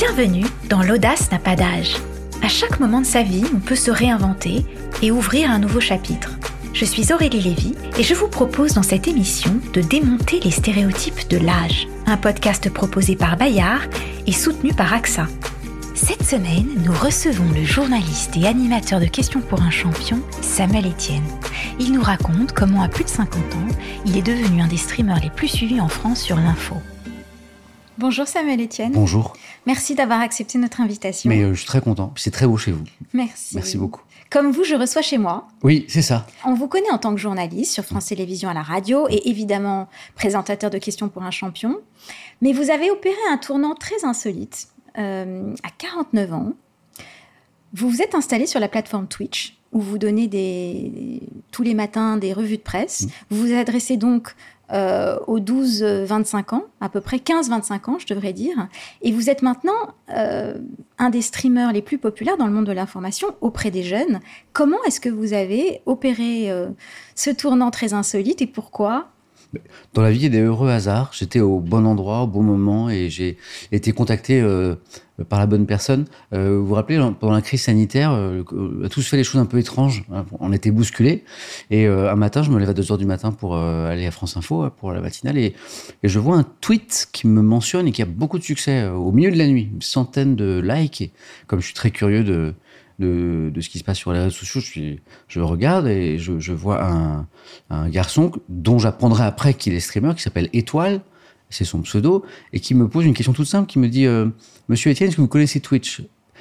Bienvenue dans l'audace n'a pas d'âge. À chaque moment de sa vie, on peut se réinventer et ouvrir un nouveau chapitre. Je suis Aurélie Lévy et je vous propose dans cette émission de démonter les stéréotypes de l'âge. Un podcast proposé par Bayard et soutenu par AXA. Cette semaine, nous recevons le journaliste et animateur de Questions pour un champion, Samuel Etienne. Il nous raconte comment à plus de 50 ans, il est devenu un des streamers les plus suivis en France sur l'info. Bonjour Samuel Etienne. Bonjour. Merci d'avoir accepté notre invitation. Mais je suis très content. C'est très beau chez vous. Merci. Merci beaucoup. Comme vous, je reçois chez moi. Oui, c'est ça. On vous connaît en tant que journaliste sur France Télévisions à la radio et évidemment présentateur de Questions pour un champion. Mais vous avez opéré un tournant très insolite. À 49 ans, vous vous êtes installé sur la plateforme Twitch où vous donnez tous les matins des revues de presse. Vous vous adressez donc aux 12-25 ans, à peu près 15-25 ans, je devrais dire. Et vous êtes maintenant un des streamers les plus populaires dans le monde de l'information auprès des jeunes. Comment est-ce que vous avez opéré ce tournant très insolite et pourquoi ? Dans la vie, il y a des heureux hasards. J'étais au bon endroit, au bon moment et j'ai été contacté par la bonne personne. Vous vous rappelez, pendant la crise sanitaire, on a tous fait des choses un peu étranges. On était bousculés. Et un matin, je me lève à 2h du matin pour aller à France Info, pour la matinale. Et je vois un tweet qui me mentionne et qui a beaucoup de succès au milieu de la nuit. Une centaine de likes. Et comme je suis très curieux de ce qui se passe sur les réseaux sociaux, je regarde et je vois un garçon dont j'apprendrai après qu'il est streamer, qui s'appelle Étoile, c'est son pseudo, et qui me pose une question toute simple, qui me dit « Monsieur Etienne, est-ce que vous connaissez Twitch ?»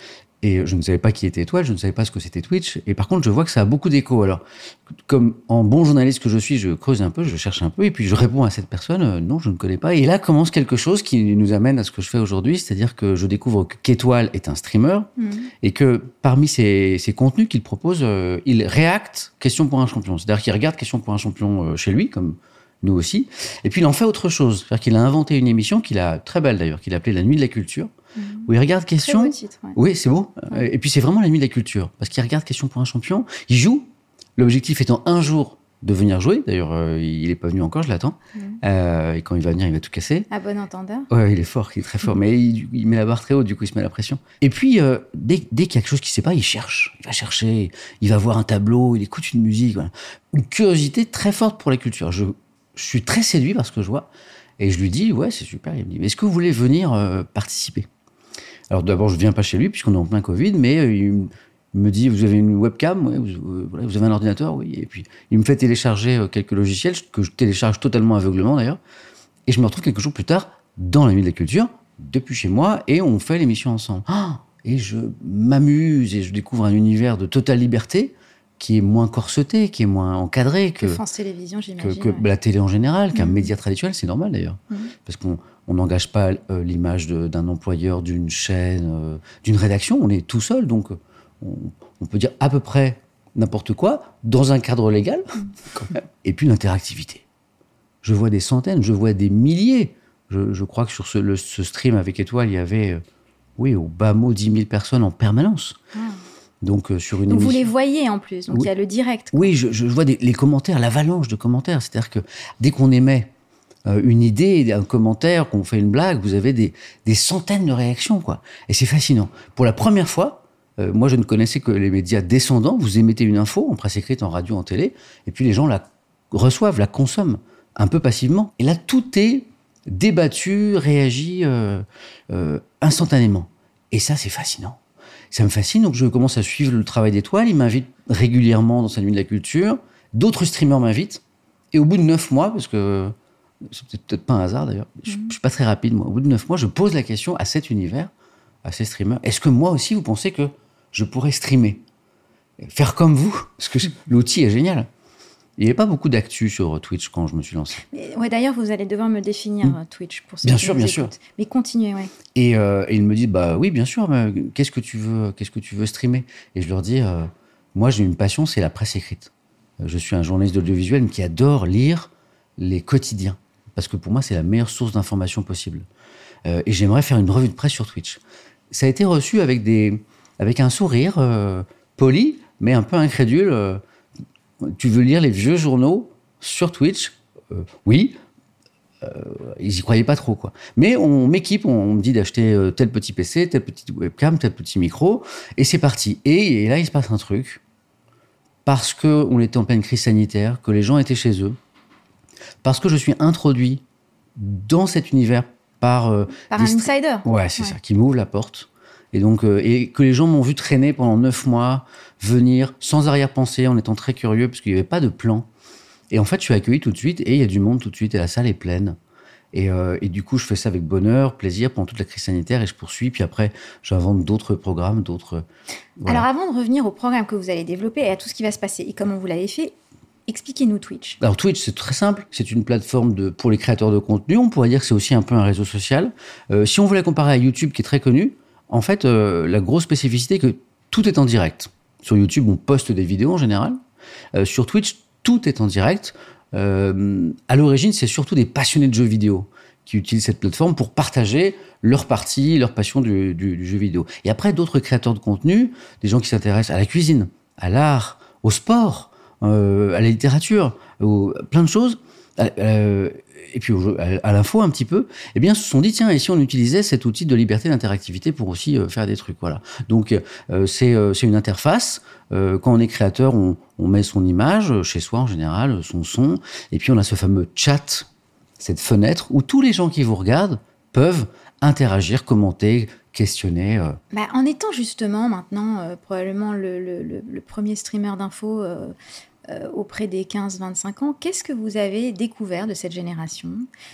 Et je ne savais pas qui était Étoile, je ne savais pas ce que c'était Twitch, et par contre je vois que ça a beaucoup d'écho. Alors, comme en bon journaliste que je suis, je creuse un peu, je cherche un peu, et puis je réponds à cette personne, non, je ne connais pas. Et là commence quelque chose qui nous amène à ce que je fais aujourd'hui, c'est-à-dire que je découvre qu'Étoile est un streamer, et que parmi ses contenus qu'il propose, il réacte Questions pour un champion. C'est-à-dire qu'il regarde Questions pour un champion chez lui, comme nous aussi, et puis il en fait autre chose. C'est-à-dire qu'il a inventé une émission très belle d'ailleurs, qu'il a appelée La Nuit de la Culture, où il regarde Questions. Très beau titre, ouais. Oui, c'est beau. Ouais. Et puis c'est vraiment la nuit de la culture, parce qu'il regarde Questions pour un champion, il joue. L'objectif étant un jour de venir jouer. D'ailleurs, il n'est pas venu encore, je l'attends. Et quand il va venir, il va tout casser. À bon entendeur. Ouais, il est fort, il est très fort. Mais il met la barre très haut, du coup, il se met la pression. Et puis, dès qu'il y a quelque chose qui ne sait pas, il cherche. Il va chercher, il va voir un tableau, il écoute une musique. Voilà. Une curiosité très forte pour la culture. Je suis très séduit par ce que je vois. Et je lui dis, ouais, c'est super. Il me dit, mais est-ce que vous voulez venir participer ? Alors d'abord, je ne viens pas chez lui, puisqu'on est en plein Covid, mais il me dit, vous avez une webcam ? Ouais, vous avez un ordinateur ? Oui. Et puis, il me fait télécharger quelques logiciels, que je télécharge totalement aveuglement d'ailleurs. Et je me retrouve quelques jours plus tard, dans la nuit de la culture, depuis chez moi, et on fait l'émission ensemble. Et je m'amuse, et je découvre un univers de totale liberté, qui est moins corseté, qui est moins encadré que France Télévisions, j'imagine. Que la télé en général, qu'un média traditionnel, c'est normal d'ailleurs. Parce qu'on n'engage pas l'image d'un employeur, d'une chaîne, d'une rédaction, on est tout seul, donc on peut dire à peu près n'importe quoi, dans un cadre légal, quand même. Et puis l'interactivité. Je vois des centaines, je vois des milliers. Je crois que sur ce stream avec Étoile, il y avait, au bas mot, 10 000 personnes en permanence. Donc, sur une donc émission. Vous les voyez en plus, donc il y a le direct. Quoi. Oui, je vois les commentaires, l'avalanche de commentaires. C'est-à-dire que dès qu'on émet une idée, un commentaire, qu'on fait une blague, vous avez des centaines de réactions, quoi. Et c'est fascinant. Pour la première fois, moi je ne connaissais que les médias descendants. Vous émettez une info en presse écrite, en radio, en télé, et puis les gens la reçoivent, la consomment un peu passivement. Et là, tout est débattu, réagi instantanément. Et ça, c'est fascinant. Ça me fascine, donc je commence à suivre le travail d'Étoile. Il m'invite régulièrement dans sa nuit de la culture. D'autres streamers m'invitent. Et au bout de 9 mois, parce que c'est peut-être pas un hasard d'ailleurs, je suis pas très rapide moi. Au bout de 9 mois, je pose la question à cet univers, à ces streamers. Est-ce que moi aussi, vous pensez que je pourrais streamer ? Faire comme vous ? Parce que l'outil est génial. Il n'y avait pas beaucoup d'actu sur Twitch quand je me suis lancé. Ouais, d'ailleurs, vous allez devoir me définir Twitch pour ceux bien qui sûr, nous bien écoutent. sûr. Mais continuez, ouais. Et il me dit, bah oui, bien sûr, mais qu'est-ce que tu veux streamer ? Et je leur dis, moi j'ai une passion, c'est la presse écrite. Je suis un journaliste d'audiovisuel qui adore lire les quotidiens. Parce que pour moi, c'est la meilleure source d'information possible. Et j'aimerais faire une revue de presse sur Twitch. Ça a été reçu avec un sourire poli, mais un peu incrédule. Tu veux lire les vieux journaux sur Twitch ? Oui. ils y croyaient pas trop, quoi. Mais on m'équipe, on me dit d'acheter tel petit PC, tel petit webcam, tel petit micro, et c'est parti. Et là, il se passe un truc, parce qu'on était en pleine crise sanitaire, que les gens étaient chez eux, parce que je suis introduit dans cet univers par un insider. Ouais, c'est ça, qui m'ouvre la porte. Et donc, et que les gens m'ont vu traîner pendant 9 mois, venir sans arrière-pensée, en étant très curieux, parce qu'il n'y avait pas de plan. Et en fait, je suis accueilli tout de suite, et il y a du monde tout de suite, et la salle est pleine. Et du coup, je fais ça avec bonheur, plaisir, pendant toute la crise sanitaire, et je poursuis. Puis après, j'invente d'autres programmes, d'autres... Voilà. Alors, avant de revenir au programme que vous allez développer et à tout ce qui va se passer, et comment vous l'avez fait, expliquez-nous Twitch. Alors Twitch, c'est très simple. C'est une plateforme pour les créateurs de contenu. On pourrait dire que c'est aussi un peu un réseau social. Si on veut la comparer à YouTube, qui est très connu, en fait, la grosse spécificité est que tout est en direct. Sur YouTube, on poste des vidéos en général. Sur Twitch, tout est en direct. À l'origine, c'est surtout des passionnés de jeux vidéo qui utilisent cette plateforme pour partager leur partie, leur passion du jeu vidéo. Et après, d'autres créateurs de contenu, des gens qui s'intéressent à la cuisine, à l'art, au sport, à la littérature, plein de choses, et puis à l'info un petit peu, eh bien, se sont dit, tiens, et si on utilisait cet outil de liberté d'interactivité pour aussi faire des trucs, voilà. Donc, c'est une interface. Quand on est créateur, on met son image chez soi en général, son son, et puis on a ce fameux chat, cette fenêtre où tous les gens qui vous regardent peuvent interagir, commenter, questionner. En étant justement maintenant probablement le premier streamer d'info auprès des 15-25 ans, qu'est-ce que vous avez découvert de cette génération,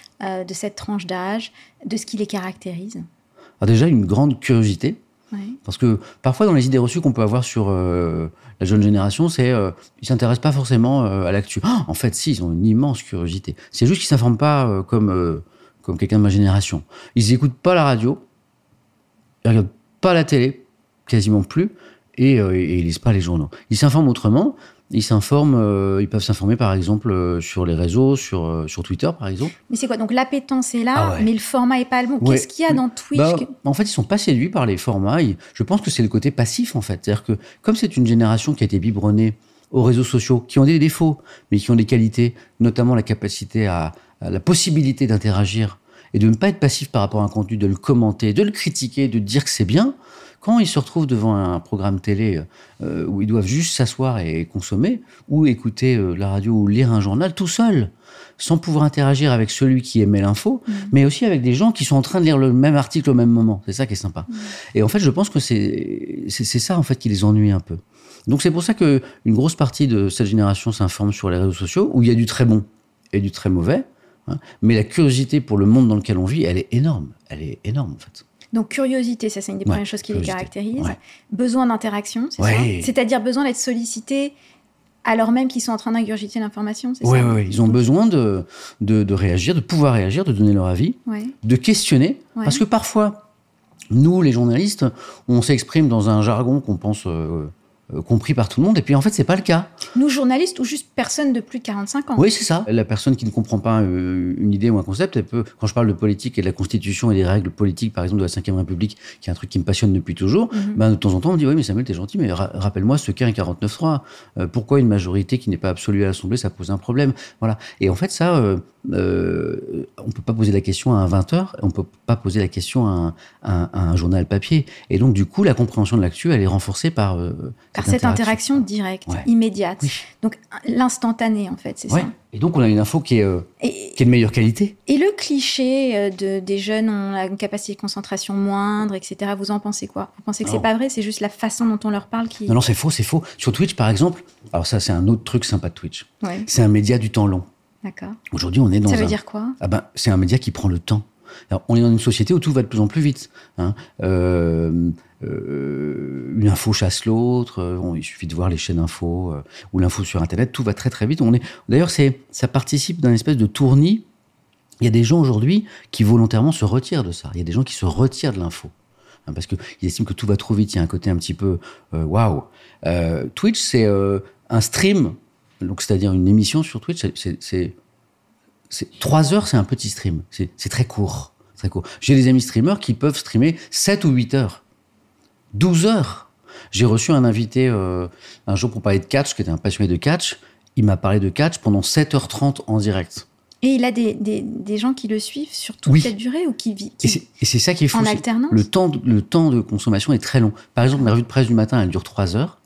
de cette tranche d'âge, de ce qui les caractérise ? Alors déjà, une grande curiosité. Oui. Parce que parfois, dans les idées reçues qu'on peut avoir sur la jeune génération, c'est ils ne s'intéressent pas forcément à l'actu. En fait, si, ils ont une immense curiosité. C'est juste qu'ils ne s'informent pas comme quelqu'un de ma génération. Ils n'écoutent pas la radio, ils ne regardent pas la télé, quasiment plus, et ils ne lisent pas les journaux. Ils s'informent autrement. Ils peuvent s'informer par exemple sur les réseaux, sur Twitter par exemple. Mais c'est quoi ? Donc l'appétence est là, mais le format est pas le bon. Ouais. Qu'est-ce qu'il y a dans Twitch En fait, ils sont pas séduits par les formats. Je pense que c'est le côté passif en fait. C'est-à-dire que comme c'est une génération qui a été biberonnée aux réseaux sociaux, qui ont des défauts, mais qui ont des qualités, notamment la capacité à la possibilité d'interagir et de ne pas être passif par rapport à un contenu, de le commenter, de le critiquer, de dire que c'est bien. Quand ils se retrouvent devant un programme télé où ils doivent juste s'asseoir et consommer, ou écouter la radio ou lire un journal tout seul, sans pouvoir interagir avec celui qui émet l'info, mais aussi avec des gens qui sont en train de lire le même article au même moment. C'est ça qui est sympa. Et en fait, je pense que c'est ça en fait qui les ennuie un peu. Donc c'est pour ça qu'une grosse partie de cette génération s'informe sur les réseaux sociaux, où il y a du très bon et du très mauvais, hein, mais la curiosité pour le monde dans lequel on vit, elle est énorme. Elle est énorme en fait. Donc curiosité, ça c'est une des premières choses qui les caractérise. Ouais. Besoin d'interaction, c'est ça ? C'est-à-dire besoin d'être sollicité alors même qu'ils sont en train d'ingurgiter l'information, c'est ça ? Oui. Ils ont besoin de réagir, de pouvoir réagir, de donner leur avis, de questionner. Parce que parfois, nous, les journalistes, on s'exprime dans un jargon qu'on pense compris par tout le monde, et puis en fait, c'est pas le cas. Nous, journalistes, ou juste personne de plus de 45 ans. Oui, c'est ça. La personne qui ne comprend pas une idée ou un concept, elle peut, quand je parle de politique et de la Constitution et des règles politiques, par exemple, de la Ve République, qui est un truc qui me passionne depuis toujours, de temps en temps, on me dit, oui, mais Samuel, t'es gentil, mais rappelle-moi ce qu'est un 49.3. Pourquoi une majorité qui n'est pas absolue à l'Assemblée, ça pose un problème. Voilà. Et en fait, ça, on peut pas poser la question à un 20h, on peut pas poser la question à un journal papier. Et donc, du coup, la compréhension de l'actu, elle est renforcée par cette interaction directe, immédiate. Oui. Donc, l'instantané, en fait, c'est ça. Et donc, on a une info qui est de meilleure qualité. Et le cliché des jeunes ont une capacité de concentration moindre, etc., vous en pensez quoi ? Vous pensez que c'est pas vrai ? C'est juste la façon dont on leur parle qui... Non, c'est faux. Sur Twitch, par exemple, alors ça, c'est un autre truc sympa de Twitch. Ouais. C'est un média du temps long. D'accord. Aujourd'hui, on est dans Ça veut dire quoi ? C'est un média qui prend le temps. Alors, on est dans une société où tout va de plus en plus vite. Hein. Une info chasse l'autre. Il suffit de voir les chaînes info ou l'info sur Internet. Tout va très très vite. D'ailleurs, ça participe d'un espèce de tournis. Il y a des gens aujourd'hui qui volontairement se retirent de ça. Il y a des gens qui se retirent de l'info. Hein, parce qu'ils estiment que tout va trop vite. Il y a un côté un petit peu waouh. Twitch, c'est un stream. Donc, c'est-à-dire une émission sur Twitch. C'est 3 heures, c'est un petit stream. C'est très court. Très court. J'ai des amis streamers qui peuvent streamer 7 ou 8 heures. 12 heures. J'ai reçu un invité un jour pour parler de catch, qui était un passionné de catch. Il m'a parlé de catch pendant 7h30 en direct. Et il a des gens qui le suivent sur toute cette durée ou qui et c'est ça qui est fou. En alternance. Le temps de consommation est très long. Par exemple, ma revue de presse du matin, elle dure 3 heures.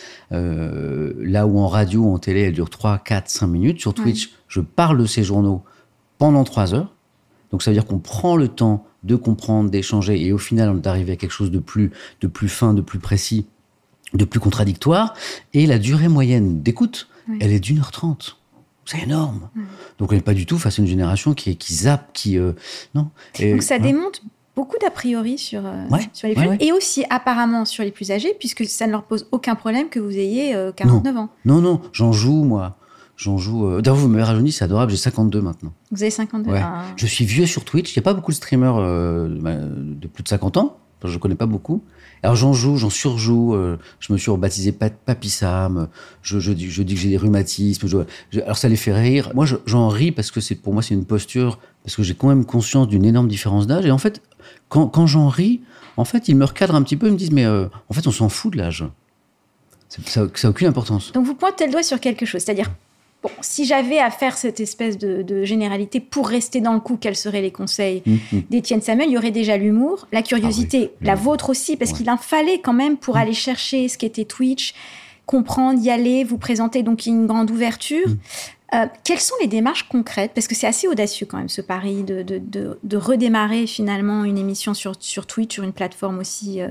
Là où en radio ou en télé, elle dure 3, 4, 5 minutes. Sur Twitch, je parle de ces journaux pendant 3 heures. Donc ça veut dire qu'on prend le temps de comprendre, d'échanger, et au final, on est arrivé à quelque chose de plus fin, de plus précis, de plus contradictoire. Et la durée moyenne d'écoute, elle est d'1h30. C'est énorme. Donc on n'est pas du tout face à une génération qui zappe, non. Et, donc ça démonte beaucoup d'a priori sur les plus jeunes, et aussi apparemment sur les plus âgés, puisque ça ne leur pose aucun problème que vous ayez 49 ans. Non, j'en joue, moi. D'ailleurs, vous m'avez rajeuni, c'est adorable, j'ai 52 maintenant. Vous avez 52 Je suis vieux sur Twitch, il n'y a pas beaucoup de streamers de plus de 50 ans, je ne connais pas beaucoup. Alors j'en surjoue, je me suis rebaptisé Papy Sam, je dis que j'ai des rhumatismes, alors ça les fait rire. Moi j'en ris parce que pour moi c'est une posture, parce que j'ai quand même conscience d'une énorme différence d'âge, et en fait quand j'en ris, en fait ils me recadrent un petit peu, ils me disent mais en fait on s'en fout de l'âge, ça n'a aucune importance. Donc vous pointez le doigt sur quelque chose, c'est-à-dire si j'avais à faire cette espèce de généralité pour rester dans le coup, quels seraient les conseils d'Étienne Samuel? Il y aurait déjà l'humour, la curiosité, la vôtre aussi, parce qu'il en fallait quand même pour aller chercher ce qu'était Twitch, comprendre, y aller, vous présenter, donc une grande ouverture. Quelles sont les démarches concrètes? Parce que c'est assez audacieux quand même, ce pari de redémarrer finalement une émission sur Twitch, sur une plateforme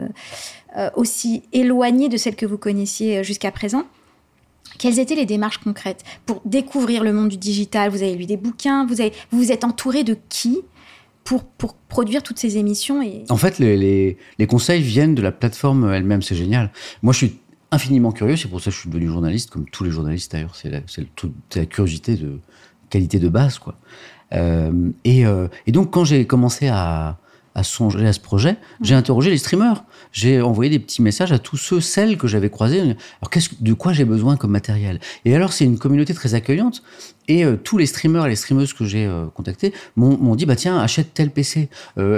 aussi éloignée de celle que vous connaissiez jusqu'à présent. Quelles étaient les démarches concrètes pour découvrir le monde du digital? Vous avez lu des bouquins, vous vous êtes entouré de qui pour produire toutes ces émissions En fait, les conseils viennent de la plateforme elle-même, c'est génial. Moi, je suis infiniment curieux, c'est pour ça que je suis devenu journaliste, comme tous les journalistes d'ailleurs, c'est la curiosité de qualité de base, quoi. Et donc, quand j'ai commencé à songer à ce projet, j'ai interrogé les streamers. J'ai envoyé des petits messages à tous celles que j'avais croisés. Alors, de quoi j'ai besoin comme matériel? Et alors, c'est une communauté très accueillante. Et tous les streamers et les streameuses que j'ai contactés m'ont dit, tiens, achète tel PC,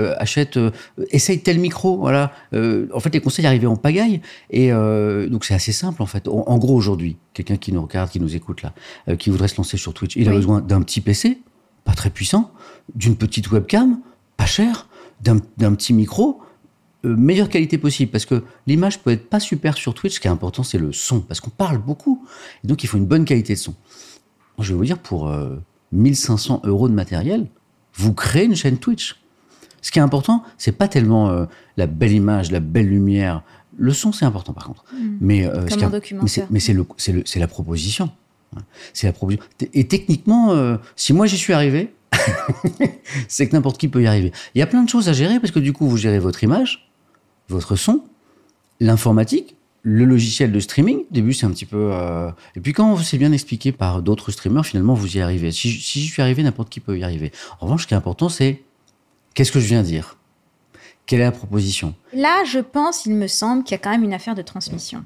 essaye tel micro. Voilà. En fait, les conseils arrivaient en pagaille. Et donc, c'est assez simple, en fait. En gros, aujourd'hui, quelqu'un qui nous regarde, qui nous écoute là, qui voudrait se lancer sur Twitch, il a besoin d'un petit PC, pas très puissant, d'une petite webcam, pas cher, d'un petit micro, meilleure qualité possible, parce que l'image peut être pas super sur Twitch. Ce qui est important, c'est le son, parce qu'on parle beaucoup, et donc il faut une bonne qualité de son. Moi, je vais vous dire, pour 1 500 € de matériel, vous créez une chaîne Twitch. Ce qui est important, c'est pas tellement la belle image, la belle lumière. Le son, c'est important par contre. Mais comme un documentaire. Mais c'est la proposition. C'est la proposition. Et techniquement, si moi j'y suis arrivé, c'est que n'importe qui peut y arriver. Il y a plein de choses à gérer, parce que du coup, vous gérez votre image, votre son, l'informatique, le logiciel de streaming. Au début, c'est un petit peu... Et puis quand c'est bien expliqué par d'autres streamers, finalement, vous y arrivez. Si j'y suis arrivé, n'importe qui peut y arriver. En revanche, ce qui est important, c'est qu'est-ce que je viens dire? Quelle est la proposition? Là, je pense, il me semble qu'il y a quand même une affaire de transmission.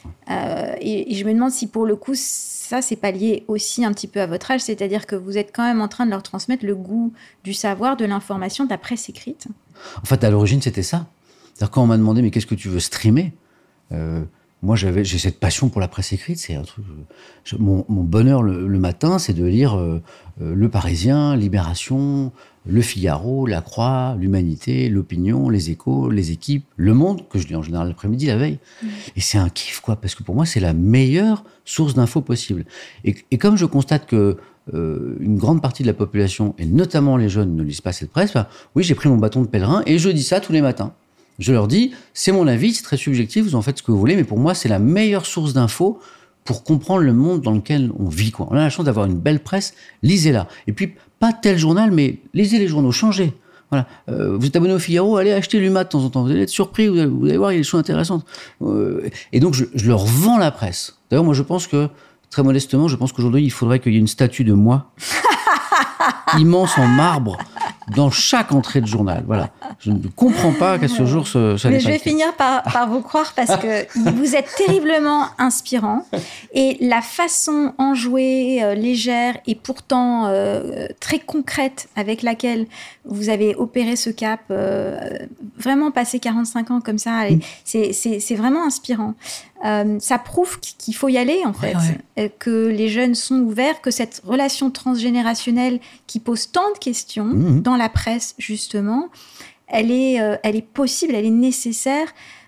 Et je me demande si pour le coup ça c'est pas lié aussi un petit peu à votre âge, c'est-à-dire que vous êtes quand même en train de leur transmettre le goût du savoir, de l'information, de la presse écrite. En fait, à l'origine c'était ça. C'est-à-dire quand on m'a demandé mais qu'est-ce que tu veux streamer, moi j'ai cette passion pour la presse écrite. C'est un truc. Mon bonheur le matin, c'est de lire Le Parisien, Libération, Le Figaro, La Croix, L'Humanité, L'Opinion, Les Échos, Les Équipes, Le Monde, que je lis en général l'après-midi, la veille. Et c'est un kiff, quoi, parce que pour moi, c'est la meilleure source d'infos possible. Et comme je constate que une grande partie de la population, et notamment les jeunes, ne lisent pas cette presse, oui, j'ai pris mon bâton de pèlerin et je dis ça tous les matins. Je leur dis, c'est mon avis, c'est très subjectif, vous en faites ce que vous voulez, mais pour moi, c'est la meilleure source d'infos pour comprendre le monde dans lequel on vit, quoi. On a la chance d'avoir une belle presse, lisez-la. Et puis, pas tel journal, mais lisez les journaux, changez. Voilà. Vous êtes abonné au Figaro, allez acheter l'UMA de temps en temps. Vous allez être surpris, vous allez voir, il y a des choses intéressantes. Et donc, je leur vends la presse. D'ailleurs, moi, je pense que, très modestement, je pense qu'aujourd'hui, il faudrait qu'il y ait une statue de moi, immense en marbre, dans chaque entrée de journal. Voilà. Je ne comprends pas qu'à ce jour, ça n'est pas. Mais je vais finir par vous croire, parce que vous êtes terriblement inspirant. Et la façon enjouée, légère et pourtant très concrète avec laquelle vous avez opéré ce cap, vraiment passer 45 ans comme ça, c'est vraiment inspirant. Ça prouve qu'il faut y aller, en fait. Que les jeunes sont ouverts, que cette relation transgénérationnelle qui pose tant de questions dans la presse, justement, elle est possible, elle est nécessaire.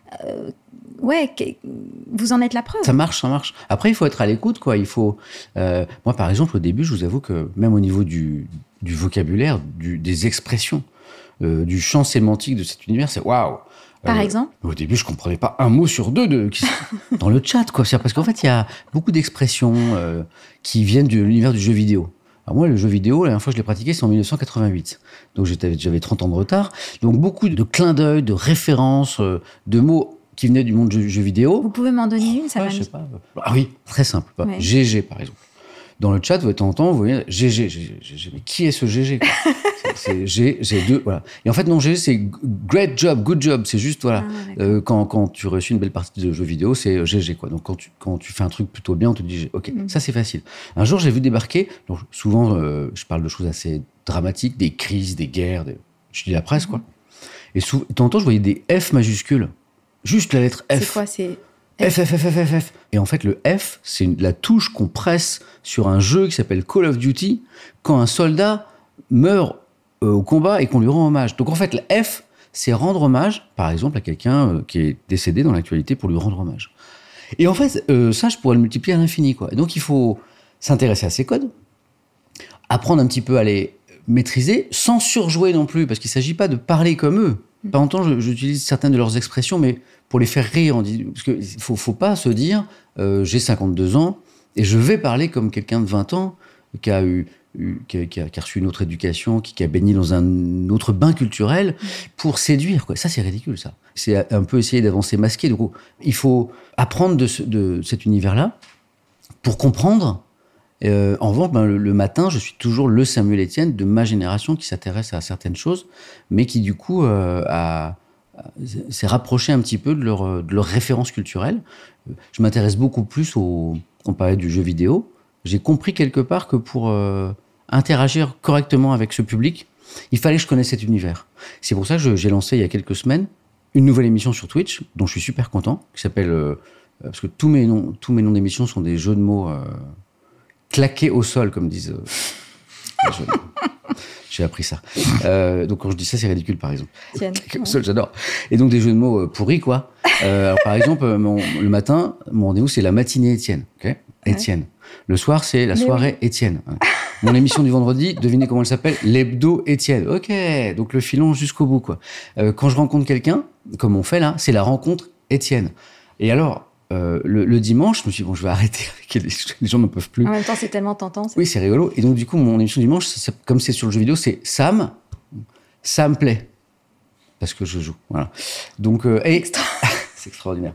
Vous en êtes la preuve. Ça marche. Après, il faut être à l'écoute, quoi. Il faut. Moi, par exemple, au début, je vous avoue que même au niveau du vocabulaire, des expressions, du champ sémantique de cet univers, c'est waouh. Par exemple, au début, je comprenais pas un mot sur deux dans le chat, quoi. Parce qu'en fait, il y a beaucoup d'expressions qui viennent de l'univers du jeu vidéo. Alors moi, le jeu vidéo, la dernière fois que je l'ai pratiqué, c'est en 1988. Donc j'avais 30 ans de retard. Donc beaucoup de clins d'œil, de références, de mots qui venaient du monde du jeu vidéo. Vous pouvez m'en donner une, ça va. Je sais pas. Ah oui, très simple. GG, par exemple. Dans le chat, de temps en temps, vous voyez GG. Mais qui est ce GG, quoi? C'est G2, voilà. Et en fait, non, GG, c'est great job, good job. C'est juste, voilà. Quand tu réussis une belle partie de jeu vidéo, c'est GG, quoi. Donc, quand tu fais un truc plutôt bien, on te dit OK, ça, c'est facile. Un jour, j'ai vu débarquer, donc souvent, je parle de choses assez dramatiques, des crises, des guerres, je dis la presse, quoi. Et de temps en temps, je voyais des F majuscules. Juste la lettre F. C'est quoi? C'est F. Et en fait, le F, c'est la touche qu'on presse sur un jeu qui s'appelle Call of Duty quand un soldat meurt au combat et qu'on lui rend hommage. Donc en fait, le F, c'est rendre hommage, par exemple, à quelqu'un qui est décédé dans l'actualité pour lui rendre hommage. Et en fait, ça, je pourrais le multiplier à l'infini, quoi. Et donc il faut s'intéresser à ces codes, apprendre un petit peu à les maîtriser, sans surjouer non plus, parce qu'il ne s'agit pas de parler comme eux. De temps en temps, j'utilise certaines de leurs expressions, mais pour les faire rire. Parce qu'il ne faut pas se dire j'ai 52 ans et je vais parler comme quelqu'un de 20 ans qui a reçu une autre éducation, qui a baigné dans un autre bain culturel pour séduire, quoi. Ça, c'est ridicule, ça. C'est un peu essayer d'avancer masqué. Donc, il faut apprendre de cet univers-là pour comprendre. En revanche, le matin, je suis toujours le Samuel Etienne de ma génération qui s'intéresse à certaines choses, mais qui, du coup, s'est rapproché un petit peu de leur référence culturelle. Je m'intéresse beaucoup plus on parlait du jeu vidéo. J'ai compris quelque part que pour interagir correctement avec ce public, il fallait que je connaisse cet univers. C'est pour ça que j'ai lancé, il y a quelques semaines, une nouvelle émission sur Twitch, dont je suis super content, qui s'appelle... parce que tous mes noms d'émissions sont des jeux de mots... claqué au sol, comme disent les jeunes. J'ai appris ça. Donc quand je dis ça, c'est ridicule, par exemple. Claqué au sol, j'adore. Et donc des jeux de mots pourris, quoi. Alors, par exemple, le matin, mon rendez-vous, c'est la matinée Étienne. Okay, Étienne. Le soir, c'est la soirée Étienne. Mon émission du vendredi, devinez comment elle s'appelle? L'hebdo Étienne. Ok, donc le filon jusqu'au bout, quoi. Quand je rencontre quelqu'un, comme on fait là, c'est la rencontre Étienne. Et alors... le dimanche, je me suis dit, je vais arrêter. Les gens n'en peuvent plus. En même temps, c'est tellement tentant. Oui, c'est rigolo. Et donc, du coup, mon émission dimanche, comme c'est sur le jeu vidéo, c'est ça me plaît. Parce que je joue. Voilà. Donc, c'est extraordinaire.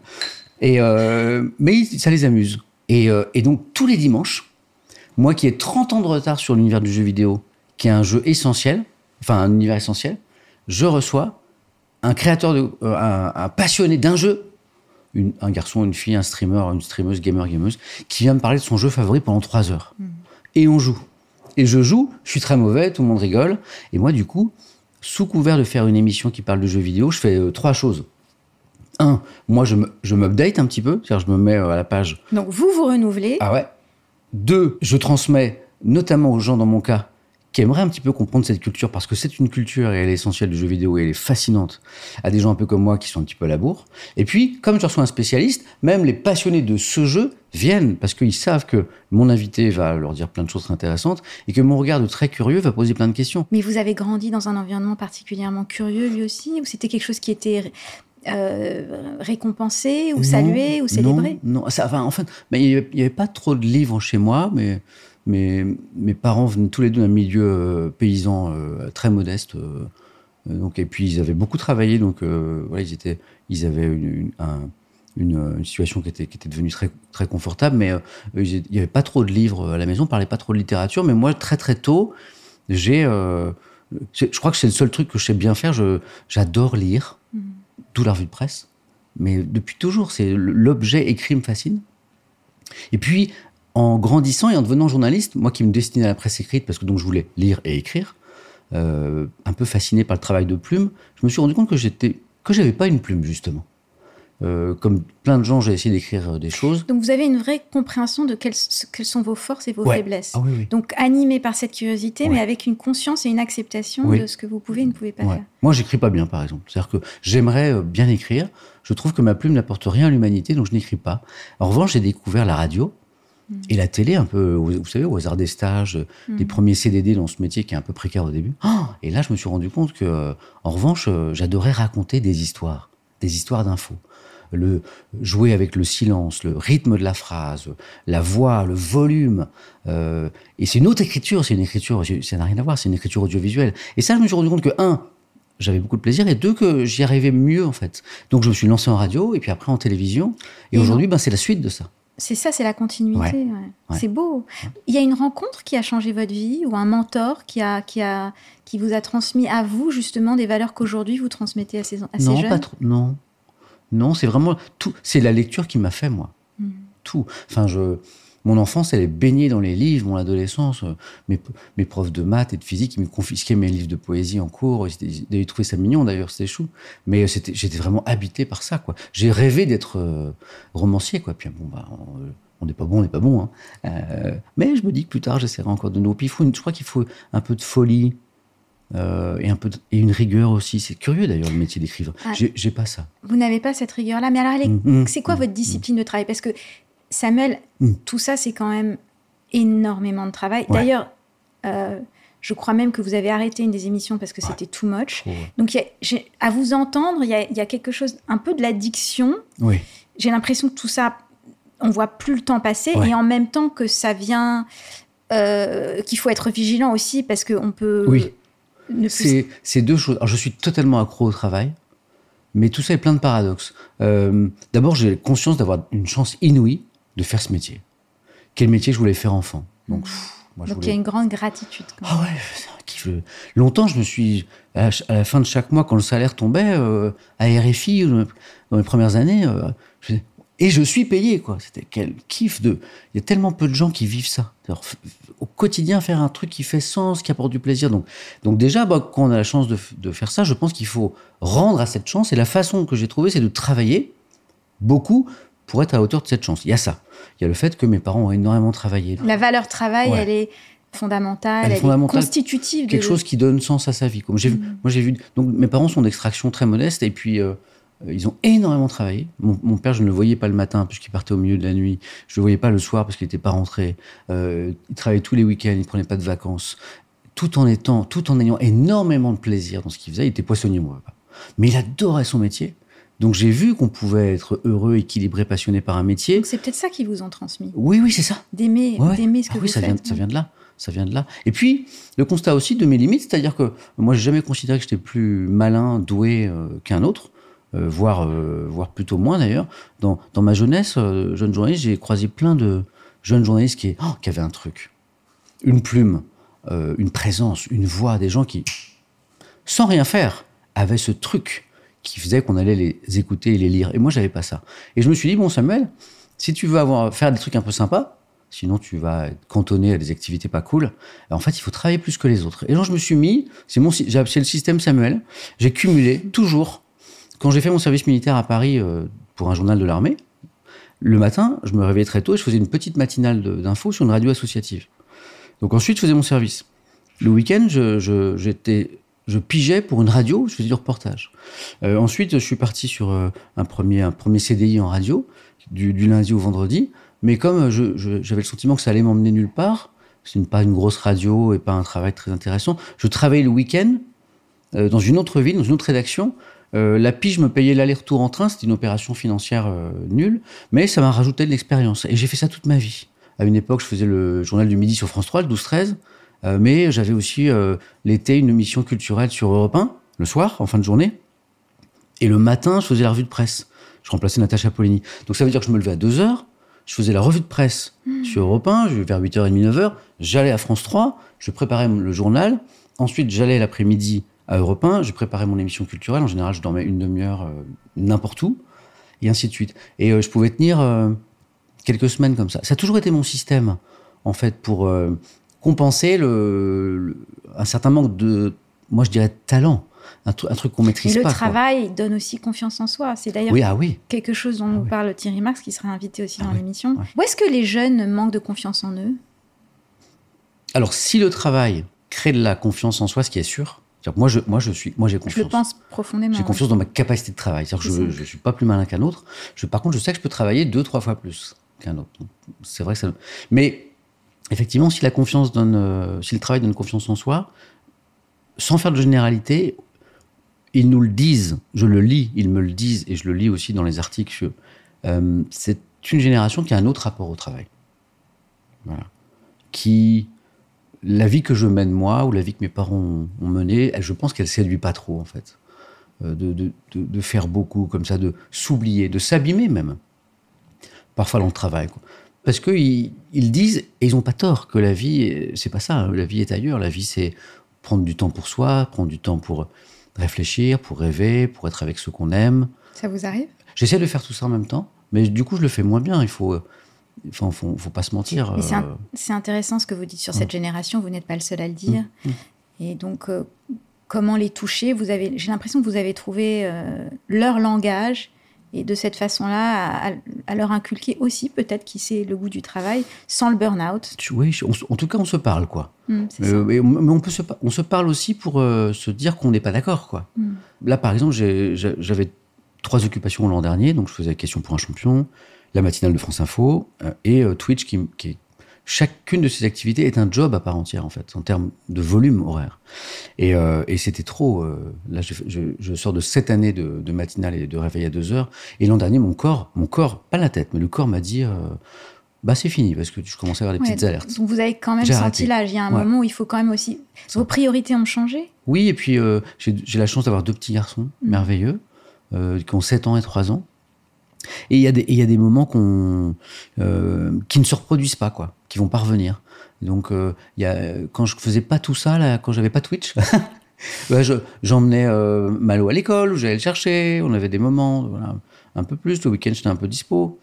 Mais ça les amuse. Et donc, tous les dimanches, moi qui ai 30 ans de retard sur l'univers du jeu vidéo, qui est un jeu essentiel, enfin, un univers essentiel, je reçois un créateur, un passionné d'un jeu, un garçon, une fille, un streamer, une streameuse, gameuse, qui vient me parler de son jeu favori pendant 3 heures. Et on joue. Et je joue, je suis très mauvais, tout le monde rigole. Et moi, du coup, sous couvert de faire une émission qui parle de jeux vidéo, je fais 3 choses. 1, moi, je m'update un petit peu, c'est-à-dire je me mets à la page. Donc, vous renouvelez. Ah ouais. 2, je transmets, notamment aux gens, dans mon cas, qui aimeraient un petit peu comprendre cette culture, parce que c'est une culture et elle est essentielle du jeu vidéo et elle est fascinante, à des gens un peu comme moi qui sont un petit peu à la bourre. Et puis, comme je reçois un spécialiste, même les passionnés de ce jeu viennent, parce qu'ils savent que mon invité va leur dire plein de choses très intéressantes et que mon regard de très curieux va poser plein de questions. Mais vous avez grandi dans un environnement particulièrement curieux, lui aussi, ou c'était quelque chose qui était récompensé ou salué ou célébré? Non, en fait, il n'y avait pas trop de livres chez moi, mais mes parents venaient tous les deux d'un milieu paysan très modeste. Donc, et puis, ils avaient beaucoup travaillé. Donc, voilà, ils avaient une situation qui était devenue très, très confortable. Mais il n'y avait pas trop de livres à la maison, on ne parlait pas trop de littérature. Mais moi, très, très tôt, je crois que c'est le seul truc que je sais bien faire. J'adore lire, d'où la revue de presse. Mais depuis toujours, l'objet écrit me fascine. Et puis, en grandissant et en devenant journaliste, moi qui me destinais à la presse écrite, parce que donc je voulais lire et écrire, un peu fasciné par le travail de plume, je me suis rendu compte que j'avais pas une plume, justement. Comme plein de gens, j'ai essayé d'écrire des choses. Donc vous avez une vraie compréhension de quelles sont vos forces et vos faiblesses. Ah, oui. Donc animé par cette curiosité, mais avec une conscience et une acceptation de ce que vous pouvez et ne pouvez pas faire. Moi, j'écris pas bien, par exemple. C'est-à-dire que j'aimerais bien écrire. Je trouve que ma plume n'apporte rien à l'humanité, donc je n'écris pas. En revanche, j'ai découvert la radio et la télé, un peu, vous savez, au hasard des stages, des premiers CDD dans ce métier qui est un peu précaire au début. Et là, je me suis rendu compte que, en revanche, j'adorais raconter des histoires d'infos. Jouer avec le silence, le rythme de la phrase, la voix, le volume. Et c'est une autre écriture, ça n'a rien à voir, c'est une écriture audiovisuelle. Et ça, je me suis rendu compte que, j'avais beaucoup de plaisir, et 2, que j'y arrivais mieux, en fait. Donc, je me suis lancé en radio, et puis après en télévision. Et aujourd'hui, c'est la suite de ça. C'est ça, c'est la continuité. Ouais. C'est beau. Il y a une rencontre qui a changé votre vie, ou un mentor qui vous a transmis à vous, justement, des valeurs qu'aujourd'hui vous transmettez à ces jeunes? Non, pas trop. Non, c'est vraiment tout. C'est la lecture qui m'a fait, moi. Tout. Enfin, mon enfance, elle est baignée dans les livres. Mon adolescence, mes profs de maths et de physique, ils me confisquaient mes livres de poésie en cours. Ils avaient trouvé ça mignon, d'ailleurs, c'était chou. Mais j'étais vraiment habité par ça, quoi. J'ai rêvé d'être romancier, quoi. Puis on n'est pas bon. Hein. Mais je me dis que plus tard, j'essaierai encore de nouveau. Puis je crois qu'il faut un peu de folie. Et une rigueur aussi. C'est curieux d'ailleurs le métier d'écrivain. J'ai pas ça. Vous n'avez pas cette rigueur-là. Mais alors, c'est quoi votre discipline de travail? Parce que Samuel, tout ça, c'est quand même énormément de travail. Ouais. D'ailleurs, je crois même que vous avez arrêté une des émissions parce que c'était too much. Donc, à vous entendre, il y a quelque chose, un peu de l'addiction. Oui. J'ai l'impression que tout ça, on voit plus le temps passer, et en même temps que ça vient, qu'il faut être vigilant aussi parce qu'on peut. Oui. C'est 2 choses. Alors, je suis totalement accro au travail, mais tout ça est plein de paradoxes. D'abord, j'ai conscience d'avoir une chance inouïe de faire ce métier. Quel métier je voulais faire enfant. Donc, il y a une grande gratitude. Quand même. Ah ouais, c'est un kiff. Longtemps, je me suis, à la fin de chaque mois, quand le salaire tombait, à RFI, dans les premières années, et je suis payé, quoi. C'était quel kiff il y a tellement peu de gens qui vivent ça. Alors, au quotidien, faire un truc qui fait sens, qui apporte du plaisir. Donc déjà, quand on a la chance de faire ça, je pense qu'il faut rendre à cette chance. Et la façon que j'ai trouvée, c'est de travailler beaucoup pour être à la hauteur de cette chance. Il y a ça. Il y a le fait que mes parents ont énormément travaillé. La valeur travail, elle est fondamentale, elle est constitutive. Quelque chose qui donne sens à sa vie. Comme moi, j'ai vu. Donc, mes parents sont d'extraction très modeste, et puis ils ont énormément travaillé. Mon père, je ne le voyais pas le matin puisqu'il partait au milieu de la nuit. Je ne le voyais pas le soir parce qu'il n'était pas rentré. Il travaillait tous les week-ends, il ne prenait pas de vacances. Tout en ayant énormément de plaisir dans ce qu'il faisait. Il était poissonnier, mon papa. Mais il adorait son métier. Donc j'ai vu qu'on pouvait être heureux, équilibré, passionné par un métier. Donc c'est peut-être ça qu'ils vous ont transmis. Oui, c'est ça. D'aimer ce que vous faites. Ça vient de là. Et puis, le constat aussi de mes limites, c'est-à-dire que moi, j'ai jamais considéré que j'étais plus malin, doué qu'un autre. Voire plutôt moins d'ailleurs. Dans ma jeunesse, jeune journaliste, j'ai croisé plein de jeunes journalistes qui avaient un truc, une plume, une présence, une voix, des gens qui, sans rien faire, avaient ce truc qui faisait qu'on allait les écouter et les lire. Et moi, j'avais pas ça. Et je me suis dit, bon Samuel, si tu veux faire des trucs un peu sympas, sinon tu vas être cantonné à des activités pas cool, en fait, il faut travailler plus que les autres. Et donc, je me suis mis, c'est le système Samuel, j'ai cumulé toujours. Quand j'ai fait mon service militaire à Paris pour un journal de l'armée, le matin, je me réveillais très tôt et je faisais une petite matinale d'infos sur une radio associative. Donc ensuite, je faisais mon service. Le week-end, je pigeais pour une radio, je faisais du reportage. Ensuite, je suis parti sur un premier CDI en radio, du lundi au vendredi. Mais comme j'avais le sentiment que ça allait m'emmener nulle part, c'est pas une grosse radio et pas un travail très intéressant, je travaillais le week-end dans une autre ville, dans une autre rédaction. La pige me payait l'aller-retour en train, c'était une opération financière nulle, mais ça m'a rajouté de l'expérience. Et j'ai fait ça toute ma vie. À une époque, je faisais le journal du midi sur France 3, le 12-13, mais j'avais aussi l'été une émission culturelle sur Europe 1, le soir, en fin de journée. Et le matin, je faisais la revue de presse. Je remplaçais Natacha Polony. Donc ça veut dire que je me levais à 2h, je faisais la revue de presse sur Europe 1, vers 8h30, 9h, j'allais à France 3, je préparais le journal, ensuite j'allais l'après-midi à Europe 1, je préparais mon émission culturelle, en général je dormais une demi-heure n'importe où, et ainsi de suite. Et je pouvais tenir quelques semaines comme ça. Ça a toujours été mon système, en fait, pour compenser un certain manque de, moi je dirais, de talent. un truc qu'on maîtrise pas. Et le travail donne aussi confiance en soi. C'est d'ailleurs quelque chose dont nous parle Thierry Marx, qui sera invité aussi dans l'émission. Où est-ce que les jeunes manquent de confiance en eux ? Alors, si le travail crée de la confiance en soi, ce qui est sûr, moi j'ai confiance. Je le pense profondément. J'ai confiance dans ma capacité de travail. C'est-à-dire que je ne suis pas plus malin qu'un autre. Par contre, je sais que je peux travailler 2-3 fois plus qu'un autre. Donc, c'est vrai que ça... Mais effectivement, si le travail donne confiance en soi, sans faire de généralité, ils nous le disent, je le lis, ils me le disent, et je le lis aussi dans les articles. C'est une génération qui a un autre rapport au travail. Voilà. La vie que je mène moi, ou la vie que mes parents ont menée, je pense qu'elle ne séduit pas trop, en fait. De faire beaucoup, comme ça, de s'oublier, de s'abîmer même. Parfois dans le travail, quoi. Parce qu'ils disent, et ils n'ont pas tort, que la vie, c'est pas ça. La vie est ailleurs. La vie, c'est prendre du temps pour soi, prendre du temps pour réfléchir, pour rêver, pour être avec ceux qu'on aime. Ça vous arrive ? J'essaie de faire tout ça en même temps, mais du coup, je le fais moins bien. Faut pas se mentir. Mais c'est intéressant ce que vous dites sur cette génération. Vous n'êtes pas le seul à le dire. Et donc, comment les toucher ? J'ai l'impression que vous avez trouvé leur langage. Et de cette façon-là, à leur inculquer aussi, peut-être, qui sait le goût du travail, sans le burn-out. Oui, en tout cas, on se parle, quoi. Mais on se parle aussi pour se dire qu'on n'est pas d'accord, quoi. Là, par exemple, j'avais 3 occupations l'an dernier. Donc, je faisais Question pour un champion, la matinale de France Info et Twitch, qui est... Chacune de ces activités est un job à part entière, en fait, en termes de volume horaire. Et c'était trop. Là, je sors de 7 années de matinale et de réveil à 2 heures. Et l'an dernier, mon corps, pas la tête, mais le corps m'a dit c'est fini, parce que je commençais à avoir des petites alertes. Donc vous avez quand même senti l'âge. Il y a un moment où il faut quand même aussi. Vos priorités ont changé ? Oui, et puis j'ai la chance d'avoir 2 petits garçons merveilleux, qui ont 7 ans et 3 ans. Et il y a des moments qui ne se reproduisent pas, quoi, qui vont pas revenir. Donc, quand je faisais pas tout ça, là, quand j'avais pas Twitch, j'emmenais Malo à l'école, où j'allais le chercher. On avait des moments, voilà, un peu plus. Le week-end, j'étais un peu dispo.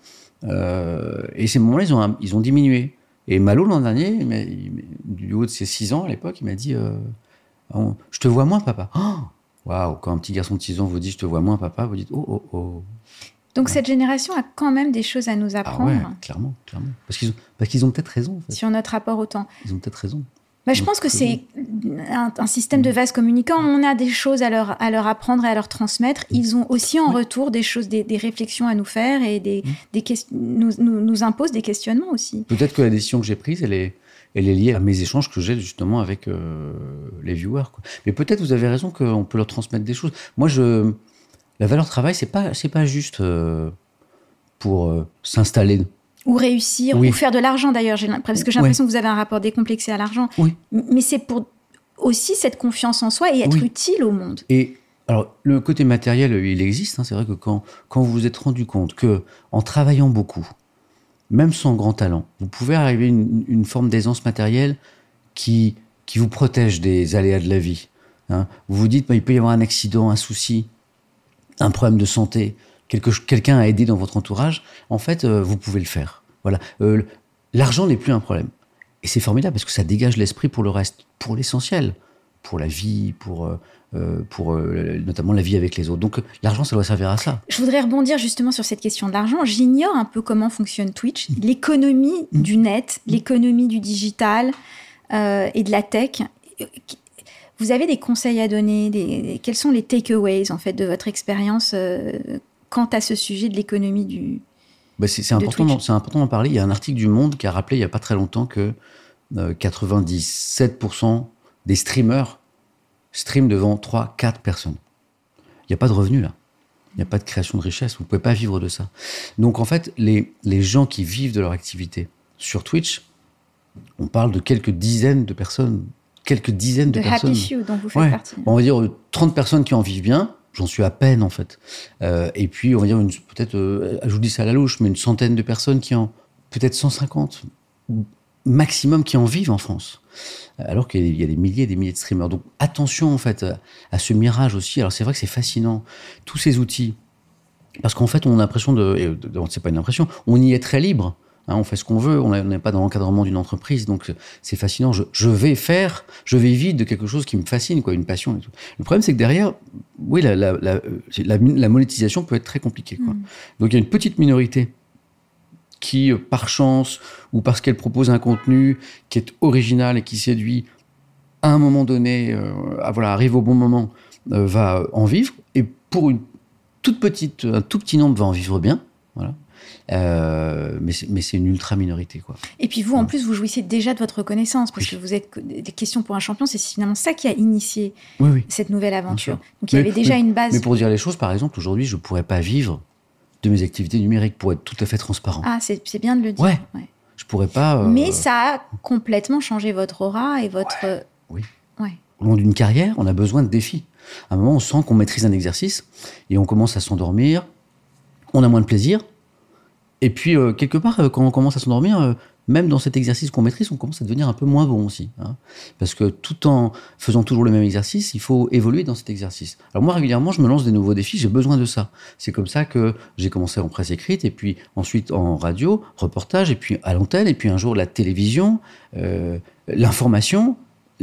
Et ces moments-là, ils ont diminué. Et Malo, l'an dernier, du haut de ses 6 ans à l'époque, il m'a dit je te vois moins, papa. Waouh, quand un petit garçon de 6 ans vous dit je te vois moins, papa, vous dites oh. Donc cette génération a quand même des choses à nous apprendre. Ah ouais, clairement. Parce qu'ils ont peut-être raison. En fait. Sur notre rapport au temps. Ils ont peut-être raison. Je pense que c'est un système de vase communicant. On a des choses à leur apprendre et à leur transmettre. Ils ont aussi en retour des choses, des réflexions à nous faire et nous imposent des questionnements aussi. Peut-être que la décision que j'ai prise, elle est liée à mes échanges que j'ai justement avec les viewers, quoi. Mais peut-être vous avez raison qu'on peut leur transmettre des choses. Moi, la valeur travail, c'est pas juste pour s'installer. Ou réussir, ou faire de l'argent d'ailleurs. Parce que j'ai l'impression que vous avez un rapport décomplexé à l'argent. Oui. Mais c'est pour aussi cette confiance en soi et être utile au monde. Et alors, le côté matériel, il existe. Hein. C'est vrai que quand vous vous êtes rendu compte qu'en travaillant beaucoup, même sans grand talent, vous pouvez arriver à une forme d'aisance matérielle qui vous protège des aléas de la vie. Hein. Vous vous dites, il peut y avoir un accident, un souci, un problème de santé, quelqu'un à aider dans votre entourage, en fait, vous pouvez le faire. Voilà. L'argent n'est plus un problème. Et c'est formidable parce que ça dégage l'esprit pour le reste, pour l'essentiel, pour la vie, pour notamment la vie avec les autres. Donc l'argent, ça doit servir à ça. Je voudrais rebondir justement sur cette question de l'argent. J'ignore un peu comment fonctionne Twitch, l'économie du net, l'économie du digital et de la tech. Vous avez des conseils à donner quels sont les takeaways en fait de votre expérience quant à ce sujet de l'économie du c'est important d'en parler. Il y a un article du Monde qui a rappelé il n'y a pas très longtemps que 97% des streamers streament devant 3-4 personnes. Il n'y a pas de revenus là. Il n'y a pas de création de richesse. Vous ne pouvez pas vivre de ça. Donc en fait, les gens qui vivent de leur activité sur Twitch, on parle de quelques dizaines de personnes. De personnes. Happy Few dont vous faites partie. On va dire 30 personnes qui en vivent bien. J'en suis à peine, en fait. Et puis, on va dire, peut-être, je vous dis ça à la louche, mais une centaine de personnes peut-être 150 maximum qui en vivent en France. Alors qu'il y a des milliers et des milliers de streamers. Donc, attention, en fait, à ce mirage aussi. Alors, c'est vrai que c'est fascinant, tous ces outils. Parce qu'en fait, on a l'impression c'est pas une impression, on y est très libre. On fait ce qu'on veut, on n'est pas dans l'encadrement d'une entreprise, donc c'est fascinant. Je vais vivre de quelque chose qui me fascine, quoi, une passion. Et tout. Le problème, c'est que derrière, oui, la monétisation peut être très compliquée, quoi. Donc il y a une petite minorité qui, par chance, ou parce qu'elle propose un contenu qui est original et qui séduit, à un moment donné, arrive au bon moment, va en vivre. Et pour un tout petit nombre va en vivre bien, voilà. Mais c'est une ultra minorité, quoi. Et puis vous, en plus, vous jouissez déjà de votre reconnaissance, parce que vous êtes des questions pour un champion, c'est finalement ça qui a initié cette nouvelle aventure. Donc il y avait déjà une base. Mais pour dire les choses, par exemple, aujourd'hui, je ne pourrais pas vivre de mes activités numériques, pour être tout à fait transparent. Ah, c'est bien de le dire. Ouais. Je pourrais pas. Mais ça a complètement changé votre aura et votre. Oui. Au long d'une carrière, on a besoin de défis. À un moment, on sent qu'on maîtrise un exercice et on commence à s'endormir. On a moins de plaisir. Et puis, quelque part, quand on commence à s'endormir, même dans cet exercice qu'on maîtrise, on commence à devenir un peu moins bon aussi. Parce que tout en faisant toujours le même exercice, il faut évoluer dans cet exercice. Alors moi, régulièrement, je me lance des nouveaux défis, j'ai besoin de ça. C'est comme ça que j'ai commencé en presse écrite, et puis ensuite en radio, reportage, et puis à l'antenne, et puis un jour la télévision, l'information,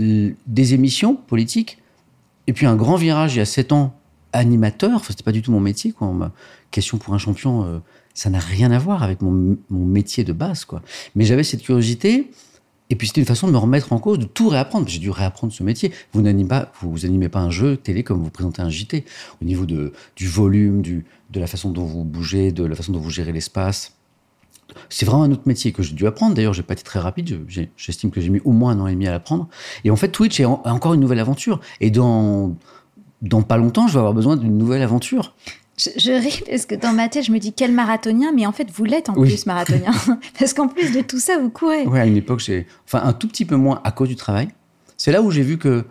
des émissions politiques, et puis un grand virage il y a 7 ans, animateur. Enfin, c'était pas du tout mon métier, quoi. Question pour un champion, ça n'a rien à voir avec mon métier de base, quoi. Mais j'avais cette curiosité, et puis c'était une façon de me remettre en cause, de tout réapprendre. J'ai dû réapprendre ce métier. Vous animez pas un jeu télé comme vous présentez un JT. Au niveau du volume, de la façon dont vous bougez, de la façon dont vous gérez l'espace. C'est vraiment un autre métier que j'ai dû apprendre. D'ailleurs, j'ai pas été très rapide. J'estime que j'ai mis au moins 1 an et demi à l'apprendre. Et en fait, Twitch est encore une nouvelle aventure. Et dans pas longtemps, je vais avoir besoin d'une nouvelle aventure. Je ris parce que dans ma tête, je me dis quel marathonien, mais en fait, vous l'êtes en plus marathonien. Parce qu'en plus de tout ça, vous courez. Oui, à une époque, un tout petit peu moins à cause du travail. C'est là où j'ai vu que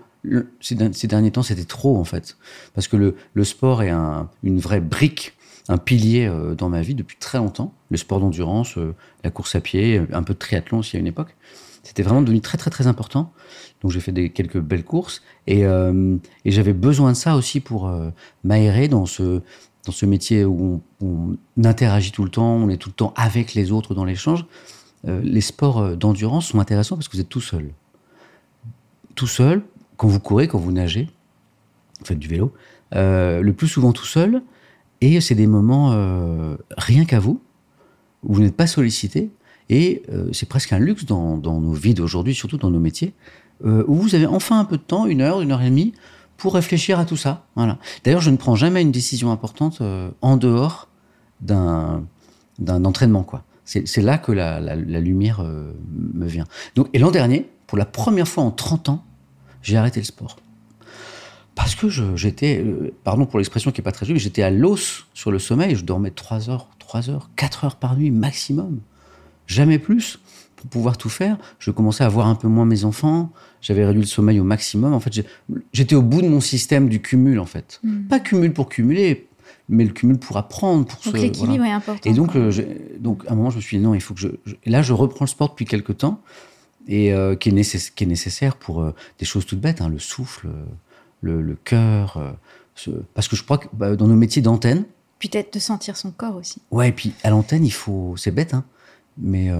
ces derniers temps, c'était trop, en fait. Parce que le sport est une vraie brique, un pilier dans ma vie depuis très longtemps. Le sport d'endurance, la course à pied, un peu de triathlon aussi à une époque. C'était vraiment devenu très, très, très important. Donc, j'ai fait quelques belles courses. Et j'avais besoin de ça aussi pour m'aérer dans ce métier où on interagit tout le temps, on est tout le temps avec les autres dans l'échange. Les sports d'endurance sont intéressants parce que vous êtes tout seul. Tout seul, quand vous courez, quand vous nagez, vous faites du vélo, le plus souvent tout seul, et c'est des moments rien qu'à vous, où vous n'êtes pas sollicité, et c'est presque un luxe dans nos vies d'aujourd'hui, surtout dans nos métiers, où vous avez enfin un peu de temps, 1 heure, 1 heure et demie, pour réfléchir à tout ça. Voilà. D'ailleurs, je ne prends jamais une décision importante en dehors d'un entraînement, quoi. C'est là que la lumière me vient. Donc, et l'an dernier, pour la première fois en 30 ans, j'ai arrêté le sport. Parce que j'étais, pardon pour l'expression qui n'est pas très jolie, mais j'étais à l'os sur le sommeil. Je dormais 3 heures, 4 heures par nuit maximum. Jamais plus. Pour pouvoir tout faire, je commençais à voir un peu moins mes enfants. J'avais réduit le sommeil au maximum. En fait, j'étais au bout de mon système du cumul, en fait. Pas cumul pour cumuler, mais le cumul pour apprendre. Donc l'équilibre est important. Et donc, à un moment, je me suis dit non, il faut que Et là, je reprends le sport depuis quelques temps, et qui est nécessaire pour des choses toutes bêtes, le souffle, le cœur. Parce que je crois que dans nos métiers d'antenne. Peut-être de sentir son corps aussi. Ouais, et puis à l'antenne, il faut. C'est bête, mais.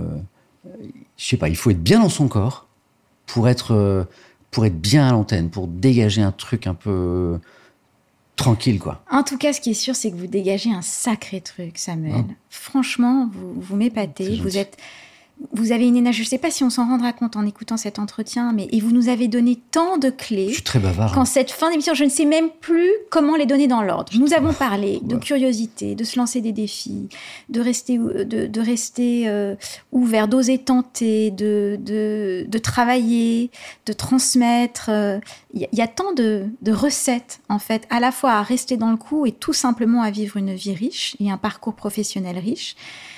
Je sais pas, il faut être bien dans son corps pour être bien à l'antenne, pour dégager un truc un peu tranquille, quoi. En tout cas, ce qui est sûr, c'est que vous dégagez un sacré truc, Samuel. Franchement, vous m'épatez. Vous avez une énergie, je ne sais pas si on s'en rendra compte en écoutant cet entretien, et vous nous avez donné tant de clés. Je suis très bavard. Qu'en cette fin d'émission, je ne sais même plus comment les donner dans l'ordre. Nous avons parlé de curiosité, de se lancer des défis, de rester ouvert, d'oser tenter, de travailler, de transmettre. Il y a tant de recettes, en fait, à la fois à rester dans le coup et tout simplement à vivre une vie riche et un parcours professionnel riche.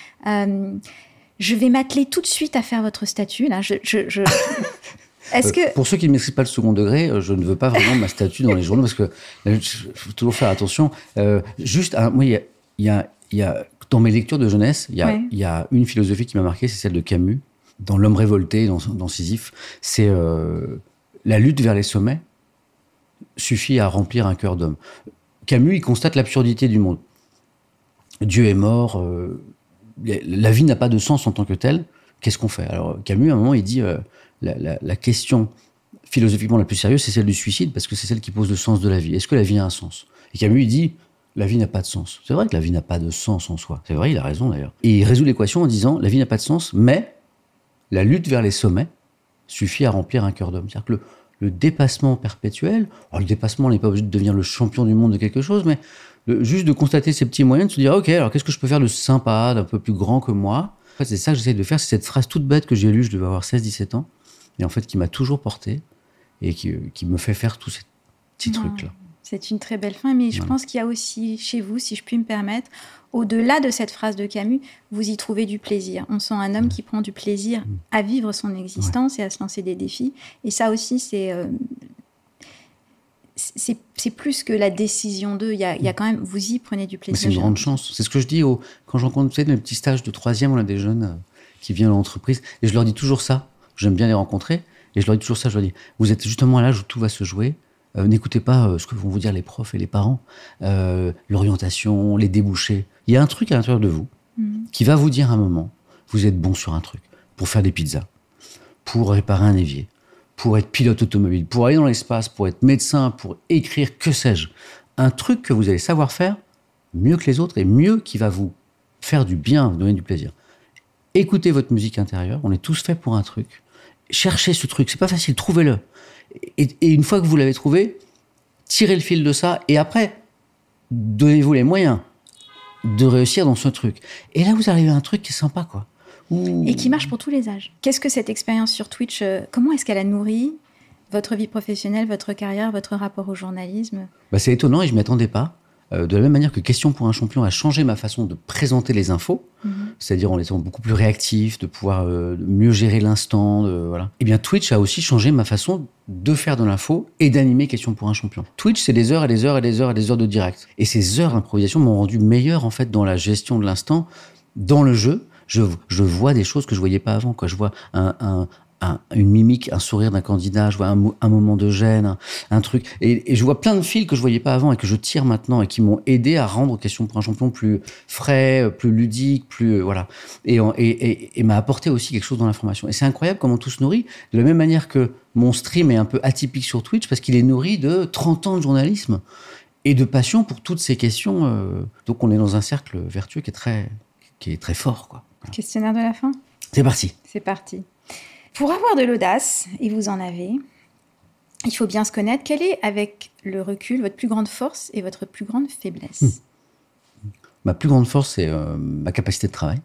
Je vais m'atteler tout de suite à faire votre statue. Là. Est-ce que... Pour ceux qui ne maîtrisent pas le second degré, je ne veux pas vraiment ma statue dans les journaux parce que il faut toujours faire attention. Moi, il y a dans mes lectures de jeunesse, il y a une philosophie qui m'a marqué, c'est celle de Camus. Dans L'homme révolté, dans Sisyphe, c'est la lutte vers les sommets suffit à remplir un cœur d'homme. Camus, il constate l'absurdité du monde. Dieu est mort. la vie n'a pas de sens en tant que telle. Qu'est-ce qu'on fait? Alors Camus, à un moment, il dit la question philosophiquement la plus sérieuse, c'est celle du suicide, parce que c'est celle qui pose le sens de la vie. Est-ce que la vie a un sens? Et Camus, il dit la vie n'a pas de sens. C'est vrai que la vie n'a pas de sens en soi. C'est vrai, il a raison d'ailleurs. Et il résout l'équation en disant la vie n'a pas de sens, mais la lutte vers les sommets suffit à remplir un cœur d'homme. C'est-à-dire que le dépassement perpétuel, alors le dépassement, on n'est pas obligé de devenir le champion du monde de quelque chose, mais juste de constater ces petits moyens, de se dire ok, alors qu'est-ce que je peux faire de sympa, d'un peu plus grand que moi? En fait, c'est ça que j'essaie de faire, c'est cette phrase toute bête que j'ai lue, je devais avoir 16-17 ans, et en fait qui m'a toujours porté, et qui me fait faire tous ces petits trucs-là. C'est une très belle fin, mais je pense qu'il y a aussi chez vous, si je puis me permettre, au-delà de cette phrase de Camus, vous y trouvez du plaisir. On sent un homme qui prend du plaisir à vivre son existence et à se lancer des défis. Et ça aussi, c'est plus que la décision d'eux. Il y a quand même, vous y prenez du plaisir. Mais c'est une grande chance. C'est ce que je dis quand je rencontre les petits stages de 3e, on a des jeunes qui viennent à l'entreprise, et je leur dis toujours ça. J'aime bien les rencontrer, et je leur dis toujours ça. Je leur dis, vous êtes justement à l'âge où tout va se jouer. N'écoutez pas ce que vont vous dire les profs et les parents, l'orientation, les débouchés. Il y a un truc à l'intérieur de vous qui va vous dire à un moment, vous êtes bon sur un truc, pour faire des pizzas, pour réparer un évier, pour être pilote automobile, pour aller dans l'espace, pour être médecin, pour écrire, que sais-je. Un truc que vous allez savoir faire mieux que les autres et mieux qui va vous faire du bien, vous donner du plaisir. Écoutez votre musique intérieure, on est tous faits pour un truc. Cherchez ce truc, c'est pas facile, trouvez-le. Et une fois que vous l'avez trouvé, tirez le fil de ça et après, donnez-vous les moyens de réussir dans ce truc. Et là, vous arrivez à un truc qui est sympa, quoi. Et qui marche pour tous les âges. Qu'est-ce que cette expérience sur Twitch, comment est-ce qu'elle a nourri votre vie professionnelle, votre carrière, votre rapport au journalisme? C'est étonnant et je ne m'y attendais pas. De la même manière que Question pour un champion a changé ma façon de présenter les infos, c'est-à-dire en étant beaucoup plus réactif, de pouvoir mieux gérer l'instant, voilà. Et bien Twitch a aussi changé ma façon de faire de l'info et d'animer Question pour un champion. Twitch, c'est des heures et des heures et des heures et des heures de direct. Et ces heures d'improvisation m'ont rendu meilleur en fait dans la gestion de l'instant, dans le jeu. Je vois des choses que je voyais pas avant, quoi. Je vois une mimique, un sourire d'un candidat, je vois un moment de gêne, un truc. Et je vois plein de fils que je voyais pas avant et que je tire maintenant et qui m'ont aidé à rendre Question pour un champion plus frais, plus ludique, plus, voilà. Et m'a apporté aussi quelque chose dans l'information. Et c'est incroyable comment tout se nourrit. De la même manière que mon stream est un peu atypique sur Twitch parce qu'il est nourri de 30 ans de journalisme et de passion pour toutes ces questions. Donc on est dans un cercle vertueux qui est très fort, quoi. Voilà. Questionnaire de la fin? C'est parti. C'est parti. Pour avoir de l'audace, et vous en avez, il faut bien se connaître. Quelle est, avec le recul, votre plus grande force et votre plus grande faiblesse? Ma plus grande force, c'est ma capacité de travail.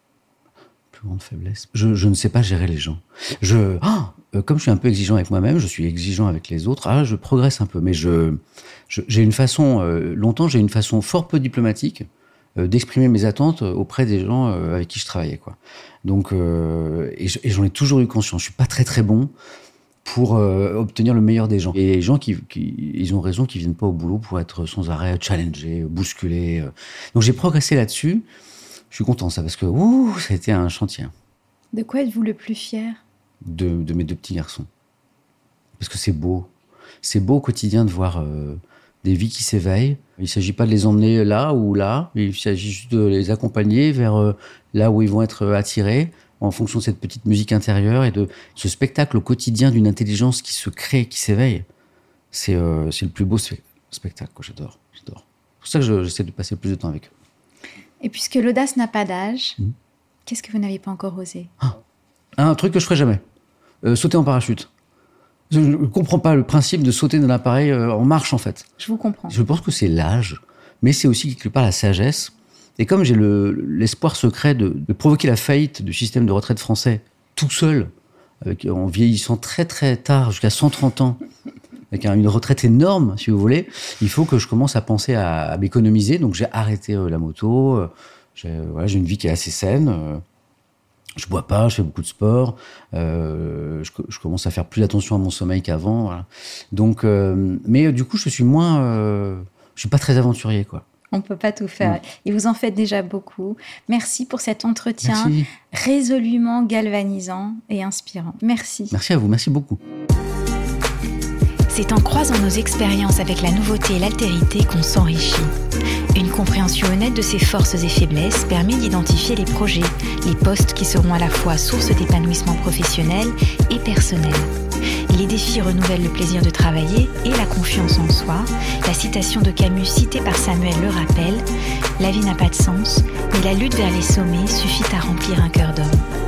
Plus grande faiblesse. Je ne sais pas gérer les gens. Comme je suis un peu exigeant avec moi-même, je suis exigeant avec les autres. Je progresse un peu, mais j'ai une façon, longtemps, j'ai une façon fort peu diplomatique d'exprimer mes attentes auprès des gens avec qui je travaillais, quoi. Donc, et j'en ai toujours eu conscience. Je suis pas très très bon pour obtenir le meilleur des gens. Et les gens ils ont raison, qui viennent pas au boulot pour être sans arrêt challengés, bousculés. Donc j'ai progressé là-dessus. Je suis content, ça, parce que ça a été un chantier. De quoi êtes-vous le plus fier? De mes 2 petits garçons. Parce que c'est beau. C'est beau au quotidien de voir des vies qui s'éveillent. Il ne s'agit pas de les emmener là ou là, il s'agit juste de les accompagner vers là où ils vont être attirés en fonction de cette petite musique intérieure et de ce spectacle au quotidien d'une intelligence qui se crée, qui s'éveille. C'est le plus beau spectacle, quoi. J'adore. C'est pour ça que j'essaie de passer plus de temps avec eux. Et puisque l'audace n'a pas d'âge, qu'est-ce que vous n'avez pas encore osé? Un truc que je ferai jamais. Sauter en parachute. Je ne comprends pas le principe de sauter d'un appareil en marche, en fait. Je vous comprends. Je pense que c'est l'âge, mais c'est aussi quelque part la sagesse. Et comme j'ai l'espoir secret de provoquer la faillite du système de retraite français tout seul, en vieillissant très très tard, jusqu'à 130 ans, avec une retraite énorme, si vous voulez, il faut que je commence à penser à m'économiser. Donc j'ai arrêté la moto, j'ai une vie qui est assez saine. Je bois pas, je fais beaucoup de sport, je commence à faire plus attention à mon sommeil qu'avant, voilà. Donc, mais du coup, je suis pas très aventurier, quoi. On ne peut pas tout faire. Et vous en faites déjà beaucoup. Merci pour cet entretien résolument galvanisant et inspirant. Merci. Merci à vous, merci beaucoup. C'est en croisant nos expériences avec la nouveauté et l'altérité qu'on s'enrichit. Une compréhension honnête de ses forces et faiblesses permet d'identifier les projets, les postes qui seront à la fois source d'épanouissement professionnel et personnel. Les défis renouvellent le plaisir de travailler et la confiance en soi. La citation de Camus citée par Samuel le rappelle : « La vie n'a pas de sens, mais la lutte vers les sommets suffit à remplir un cœur d'homme. »